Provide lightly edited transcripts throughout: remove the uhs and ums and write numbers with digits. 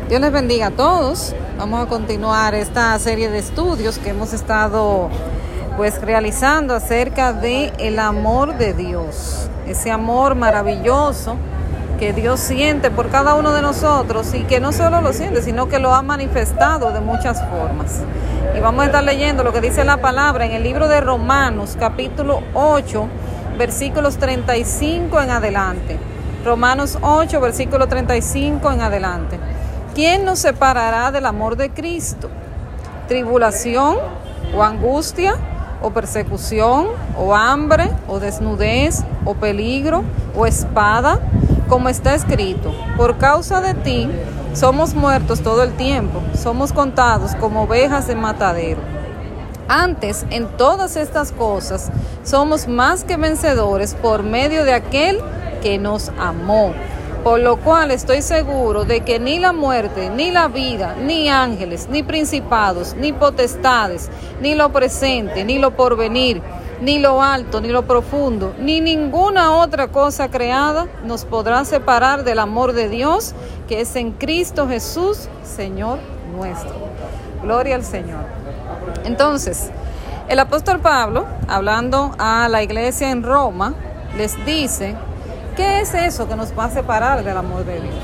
Dios les bendiga a todos. Vamos a continuar esta serie de estudios que hemos estado realizando acerca de el amor de Dios, ese amor maravilloso que Dios siente por cada uno de nosotros y que no solo lo siente, sino que lo ha manifestado de muchas formas. Y vamos a estar leyendo lo que dice la palabra en el libro de Romanos, capítulo 8, versículos 35 en adelante. Romanos 8, versículo 35 en adelante. ¿Quién nos separará del amor de Cristo? ¿Tribulación o angustia o persecución o hambre o desnudez o peligro o espada? Como está escrito, por causa de ti somos muertos todo el tiempo, somos contados como ovejas de matadero. Antes, en todas estas cosas, somos más que vencedores por medio de aquel que nos amó. Por lo cual estoy seguro de que ni la muerte, ni la vida, ni ángeles, ni principados, ni potestades, ni lo presente, ni lo porvenir, ni lo alto, ni lo profundo, ni ninguna otra cosa creada nos podrá separar del amor de Dios que es en Cristo Jesús, Señor nuestro. Gloria al Señor. Entonces, el apóstol Pablo, hablando a la iglesia en Roma, les dice: ¿qué es eso que nos va a separar del amor de Dios?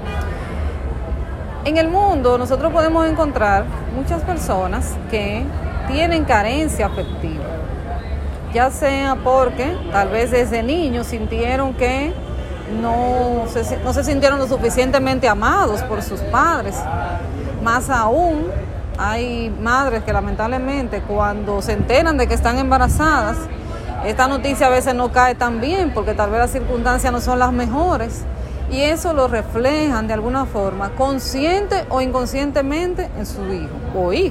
En el mundo nosotros podemos encontrar muchas personas que tienen carencia afectiva, ya sea porque tal vez desde niños sintieron que no se sintieron lo suficientemente amados por sus padres. Más aún, hay madres que lamentablemente cuando se enteran de que están embarazadas, esta noticia a veces no cae tan bien porque tal vez las circunstancias no son las mejores y eso lo reflejan de alguna forma, consciente o inconscientemente, en su hijo o hija.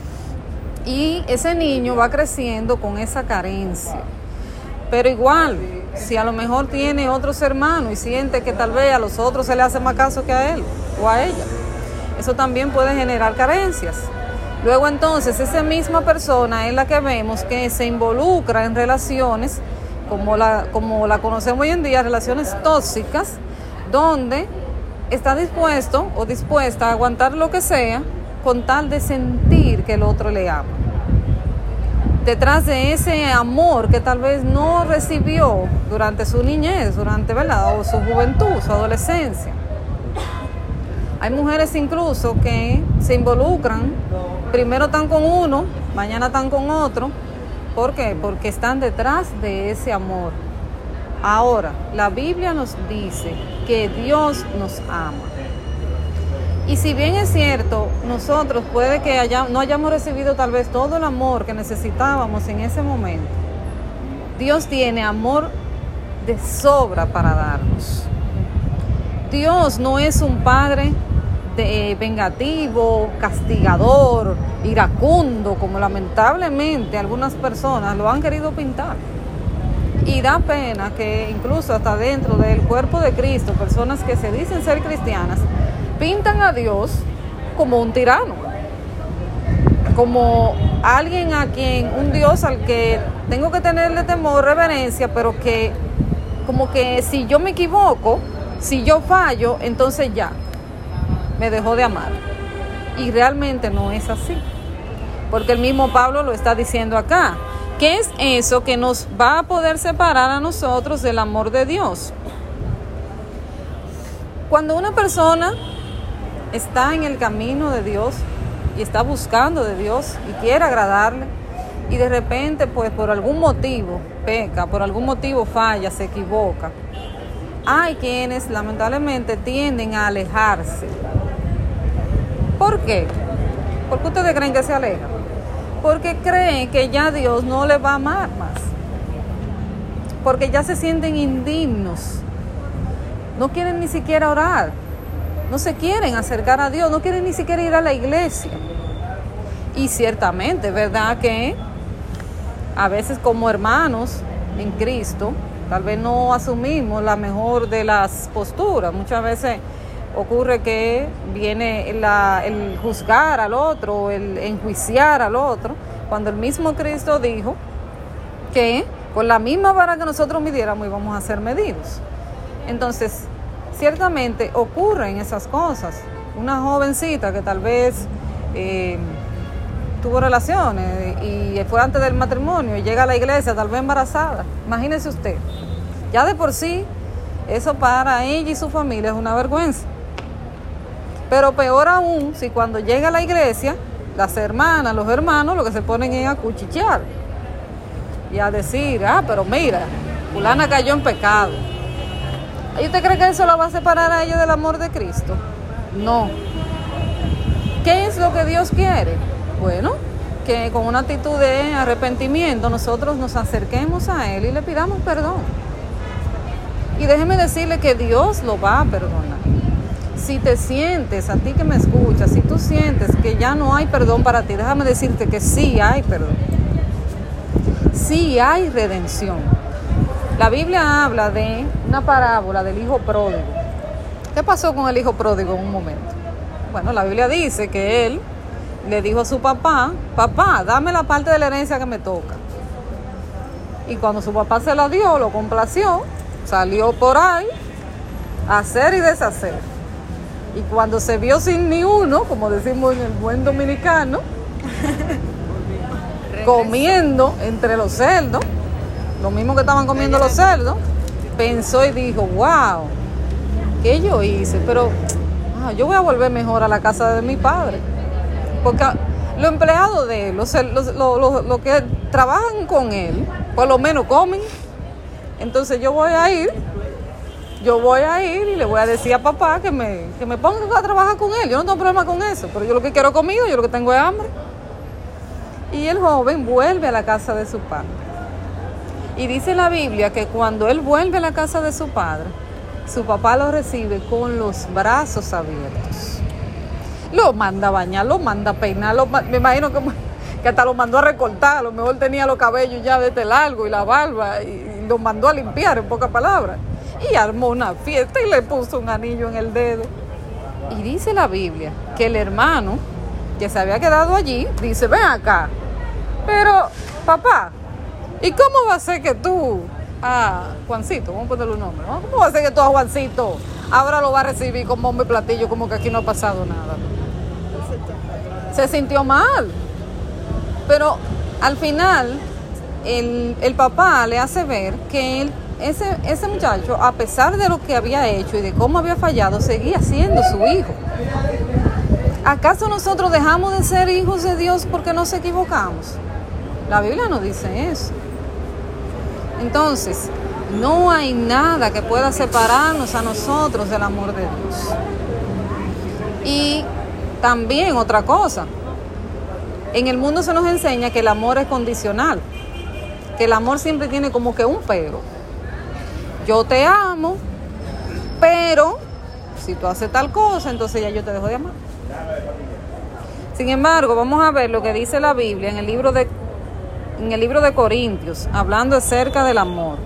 Y ese niño va creciendo con esa carencia. Pero igual, si a lo mejor tiene otros hermanos y siente que tal vez a los otros se le hace más caso que a él o a ella, eso también puede generar carencias. Luego entonces esa misma persona es la que vemos que se involucra en relaciones como la conocemos hoy en día, relaciones tóxicas, donde está dispuesto o dispuesta a aguantar lo que sea con tal de sentir que el otro le ama. Detrás de ese amor que tal vez no recibió durante su niñez, o su juventud, su adolescencia. Hay mujeres incluso que se involucran, primero están con uno, mañana están con otro. ¿Por qué? Porque están detrás de ese amor. Ahora, la Biblia nos dice que Dios nos ama. Y si bien es cierto, nosotros puede que no hayamos recibido tal vez todo el amor que necesitábamos en ese momento, Dios tiene amor de sobra para darnos. Dios no es un padre vengativo, castigador, iracundo, como lamentablemente algunas personas lo han querido pintar. Y da pena que incluso hasta dentro del cuerpo de Cristo, personas que se dicen ser cristianas, pintan a Dios como un tirano, como alguien un Dios al que tengo que tenerle temor, reverencia, pero que como que si yo me equivoco, si yo fallo, entonces ya me dejó de amar. Y realmente no es así, porque el mismo Pablo lo está diciendo acá. ¿Qué es eso que nos va a poder separar a nosotros del amor de Dios? Cuando una persona está en el camino de Dios y está buscando de Dios y quiere agradarle y de repente pues por algún motivo peca, por algún motivo falla, se equivoca, hay quienes lamentablemente tienden a alejarse. ¿Por qué? ¿Por qué ustedes creen que se alejan? Porque creen que ya Dios no les va a amar más, porque ya se sienten indignos, no quieren ni siquiera orar, no se quieren acercar a Dios, no quieren ni siquiera ir a la iglesia. Y ciertamente, ¿verdad? Que a veces como hermanos en Cristo, tal vez no asumimos la mejor de las posturas. Muchas veces ocurre que viene el juzgar al otro, el enjuiciar al otro, cuando el mismo Cristo dijo que con la misma vara que nosotros midiéramos íbamos a ser medidos. Entonces, ciertamente ocurren esas cosas. Una jovencita que tal vez tuvo relaciones y fue antes del matrimonio y llega a la iglesia tal vez embarazada. Imagínese usted, ya de por sí eso para ella y su familia es una vergüenza. Pero peor aún si cuando llega a la iglesia las hermanas, los hermanos lo que se ponen es a cuchichear y a decir, pero mira, fulana cayó en pecado. ¿Y usted cree que eso la va a separar a ella del amor de Cristo? No. ¿Qué es lo que Dios quiere? Bueno, que con una actitud de arrepentimiento nosotros nos acerquemos a Él y le pidamos perdón. Y déjeme decirle que Dios lo va a perdonar. Si te sientes, a ti que me escuchas, si tú sientes que ya no hay perdón para ti, déjame decirte que sí hay perdón. Sí hay redención. La Biblia habla de una parábola del hijo pródigo. ¿Qué pasó con el hijo pródigo en un momento? Bueno, la Biblia dice que él le dijo a su papá, dame la parte de la herencia que me toca. Y cuando su papá se la dio, lo complació, salió por ahí a hacer y deshacer. Y cuando se vio sin ni uno, como decimos en el buen dominicano, comiendo entre los cerdos, lo mismo que estaban comiendo los cerdos, pensó y dijo, wow, ¿qué yo hice? Pero yo voy a volver mejor a la casa de mi padre. Porque los empleados de él, los que trabajan con él, por lo menos comen. Entonces yo voy a ir y le voy a decir a papá que me ponga a trabajar con él. Yo no tengo problema con eso, pero yo lo que quiero es comida, yo lo que tengo es hambre. Y el joven vuelve a la casa de su padre. Y dice la Biblia que cuando él vuelve a la casa de su padre, su papá lo recibe con los brazos abiertos. Lo manda a bañar, lo manda a peinar, me imagino que hasta lo mandó a recortar. A lo mejor tenía los cabellos ya desde largo y la barba, y lo mandó a limpiar, en pocas palabras. Y armó una fiesta y le puso un anillo en el dedo. Y dice la Biblia que el hermano que se había quedado allí dice, ven acá, pero papá, ¿y cómo va a ser que tú, Juancito, vamos a ponerle un nombre, ¿no? ¿Cómo va a ser que tú a Juancito ahora lo va a recibir con bombo y platillo como que aquí no ha pasado nada? Se sintió mal. Pero al final el papá le hace ver que ese muchacho, a pesar de lo que había hecho y de cómo había fallado, seguía siendo su hijo. ¿Acaso nosotros dejamos de ser hijos de Dios porque nos equivocamos? La Biblia no dice eso. Entonces, no hay nada que pueda separarnos a nosotros del amor de Dios. Y también otra cosa, en el mundo se nos enseña que el amor es condicional, que el amor siempre tiene como que un pero. Yo te amo, pero si tú haces tal cosa, entonces ya yo te dejo de amar. Sin embargo, vamos a ver lo que dice la Biblia en el libro de Corintios, hablando acerca del amor.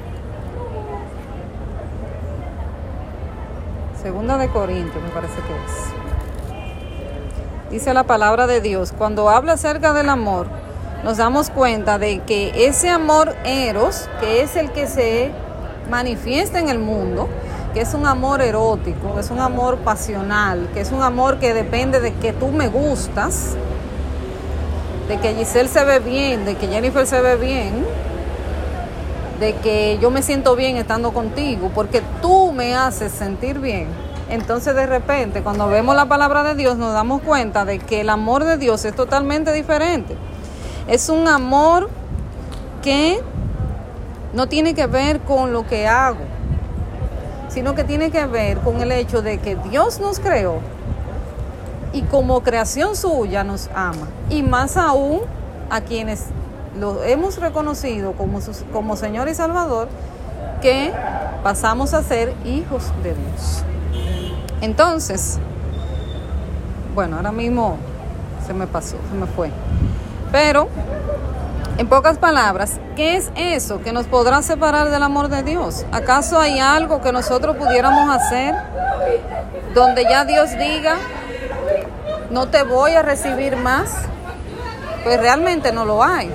Segunda de Corintios, me parece que es. Dice la palabra de Dios, cuando habla acerca del amor, nos damos cuenta de que ese amor eros, que es el que se manifiesta en el mundo, que es un amor erótico, es un amor pasional, que es un amor que depende de que tú me gustas, de que Giselle se ve bien, de que Jennifer se ve bien, de que yo me siento bien estando contigo, porque tú me haces sentir bien. Entonces de repente cuando vemos la palabra de Dios nos damos cuenta de que el amor de Dios es totalmente diferente. Es un amor que no tiene que ver con lo que hago, sino que tiene que ver con el hecho de que Dios nos creó y como creación suya nos ama. Y más aún a quienes lo hemos reconocido como Señor y Salvador, que pasamos a ser hijos de Dios. Entonces, bueno, ahora mismo se me fue. Pero, en pocas palabras, ¿qué es eso que nos podrá separar del amor de Dios? ¿Acaso hay algo que nosotros pudiéramos hacer donde ya Dios diga, no te voy a recibir más? Pues realmente no lo hay.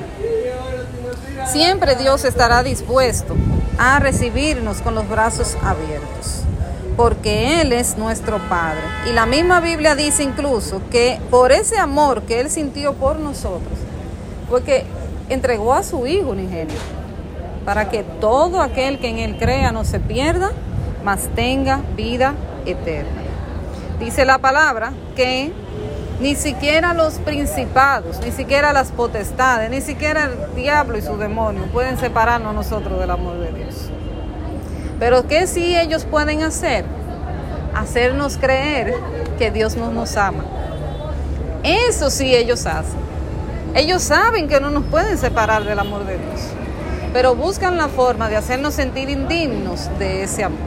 Siempre Dios estará dispuesto a recibirnos con los brazos abiertos. porque Él es nuestro Padre. Y la misma Biblia dice incluso que por ese amor que Él sintió por nosotros, fue que entregó a su Hijo unigénito, para que todo aquel que en Él crea no se pierda, mas tenga vida eterna. Dice la palabra que ni siquiera los principados, ni siquiera las potestades, ni siquiera el diablo y sus demonios pueden separarnos a nosotros del amor de Dios. Pero ¿qué sí ellos pueden hacer? Hacernos creer que Dios no nos ama. Eso sí ellos hacen. Ellos saben que no nos pueden separar del amor de Dios, pero buscan la forma de hacernos sentir indignos de ese amor.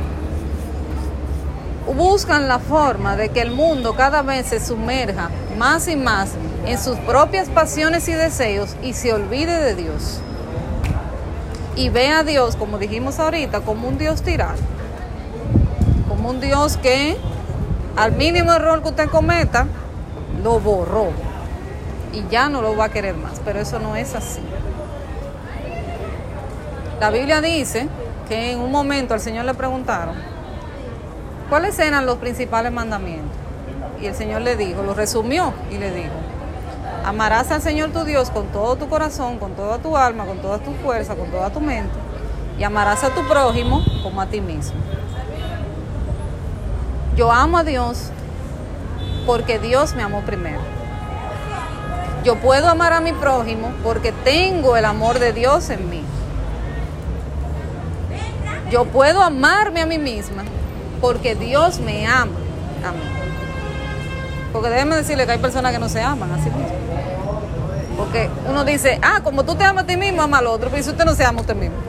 Buscan la forma de que el mundo cada vez se sumerja más y más en sus propias pasiones y deseos y se olvide de Dios. Y ve a Dios, como dijimos ahorita, como un Dios tirano. Como un Dios que al mínimo error que usted cometa, lo borró. Y ya no lo va a querer más. Pero eso no es así. La Biblia dice que en un momento al Señor le preguntaron ¿cuáles eran los principales mandamientos? Y el Señor le dijo, lo resumió y le dijo: amarás al Señor tu Dios con todo tu corazón, con toda tu alma, con toda tu fuerza, con toda tu mente, y amarás a tu prójimo como a ti mismo. Yo amo a Dios porque Dios me amó primero. Yo puedo amar a mi prójimo porque tengo el amor de Dios en mí. Yo puedo amarme a mí misma porque Dios me ama a mí. Porque déjeme decirle que hay personas que no se aman a sí mismos. Porque uno dice, como tú te amas a ti mismo, ama al otro, pero si usted no se ama a usted mismo.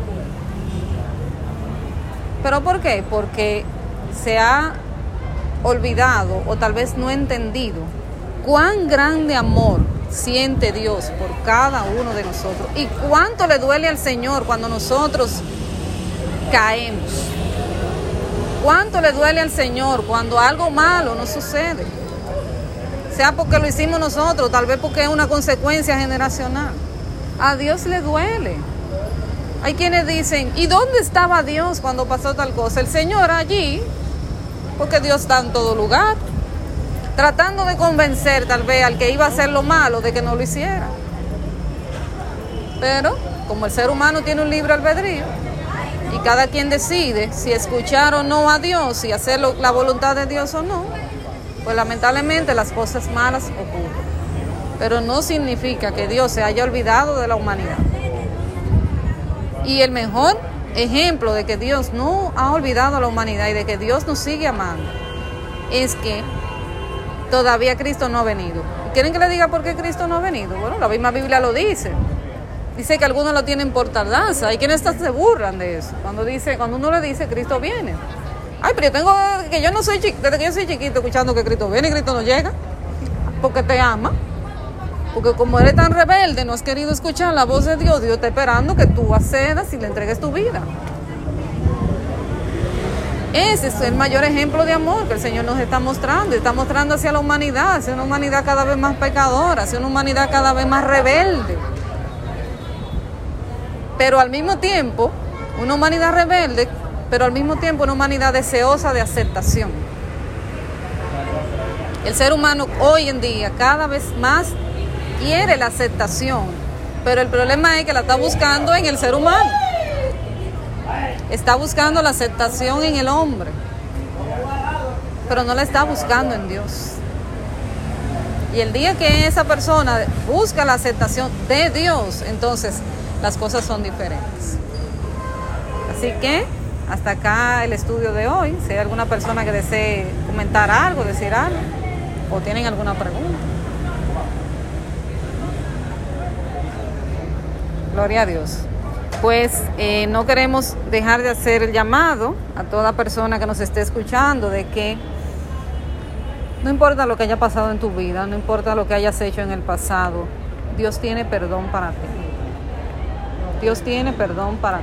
¿Pero por qué? Porque se ha olvidado o tal vez no entendido cuán grande amor siente Dios por cada uno de nosotros y cuánto le duele al Señor cuando nosotros caemos. ¿Cuánto le duele al Señor cuando algo malo nos sucede? Sea porque lo hicimos nosotros, tal vez porque es una consecuencia generacional. A Dios le duele. Hay quienes dicen, ¿y dónde estaba Dios cuando pasó tal cosa? El Señor allí, porque Dios está en todo lugar, tratando de convencer tal vez al que iba a hacer lo malo de que no lo hiciera. Pero, como el ser humano tiene un libre albedrío, y cada quien decide si escuchar o no a Dios, si hacer la voluntad de Dios o no, pues lamentablemente las cosas malas ocurren. Pero no significa que Dios se haya olvidado de la humanidad. Y el mejor ejemplo de que Dios no ha olvidado a la humanidad y de que Dios nos sigue amando es que todavía Cristo no ha venido. ¿Quieren que le diga por qué Cristo no ha venido? Bueno, la misma Biblia lo dice. Dice que algunos lo tienen por tardanza. Hay quienes se burlan de eso. Cuando uno le dice Cristo viene. Pero desde que yo soy chiquito escuchando que Cristo viene y Cristo no llega. Porque te ama. Porque como eres tan rebelde, no has querido escuchar la voz de Dios. Dios está esperando que tú accedas y le entregues tu vida. Ese es el mayor ejemplo de amor que el Señor nos está mostrando. Está mostrando hacia la humanidad, hacia una humanidad cada vez más pecadora, hacia una humanidad cada vez más rebelde. Pero al mismo tiempo, una humanidad rebelde, pero al mismo tiempo una humanidad deseosa de aceptación. El ser humano hoy en día cada vez más quiere la aceptación, pero el problema es que la está buscando en el ser humano. Está buscando la aceptación en el hombre, pero no la está buscando en Dios. Y el día que esa persona busca la aceptación de Dios, entonces las cosas son diferentes. Así que hasta acá el estudio de hoy. Si hay alguna persona que desee comentar algo, decir algo, o tienen alguna pregunta. Gloria a Dios. Pues no queremos dejar de hacer el llamado a toda persona que nos esté escuchando de que no importa lo que haya pasado en tu vida, no importa lo que hayas hecho en el pasado, Dios tiene perdón para ti. Dios tiene perdón para ti.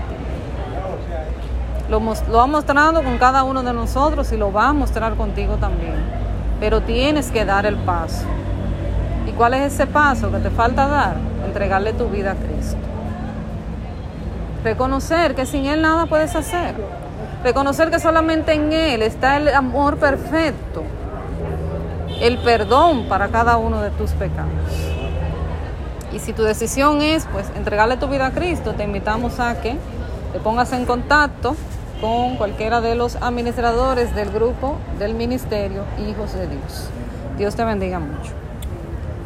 Lo ha mostrado con cada uno de nosotros y lo va a mostrar contigo también. Pero tienes que dar el paso. ¿Y cuál es ese paso que te falta dar? Entregarle tu vida a Cristo. Reconocer que sin Él nada puedes hacer. Reconocer que solamente en Él está el amor perfecto, el perdón para cada uno de tus pecados. Y si tu decisión es pues entregarle tu vida a Cristo, te invitamos a que te pongas en contacto con cualquiera de los administradores del grupo del ministerio Hijos de Dios. Dios te bendiga mucho.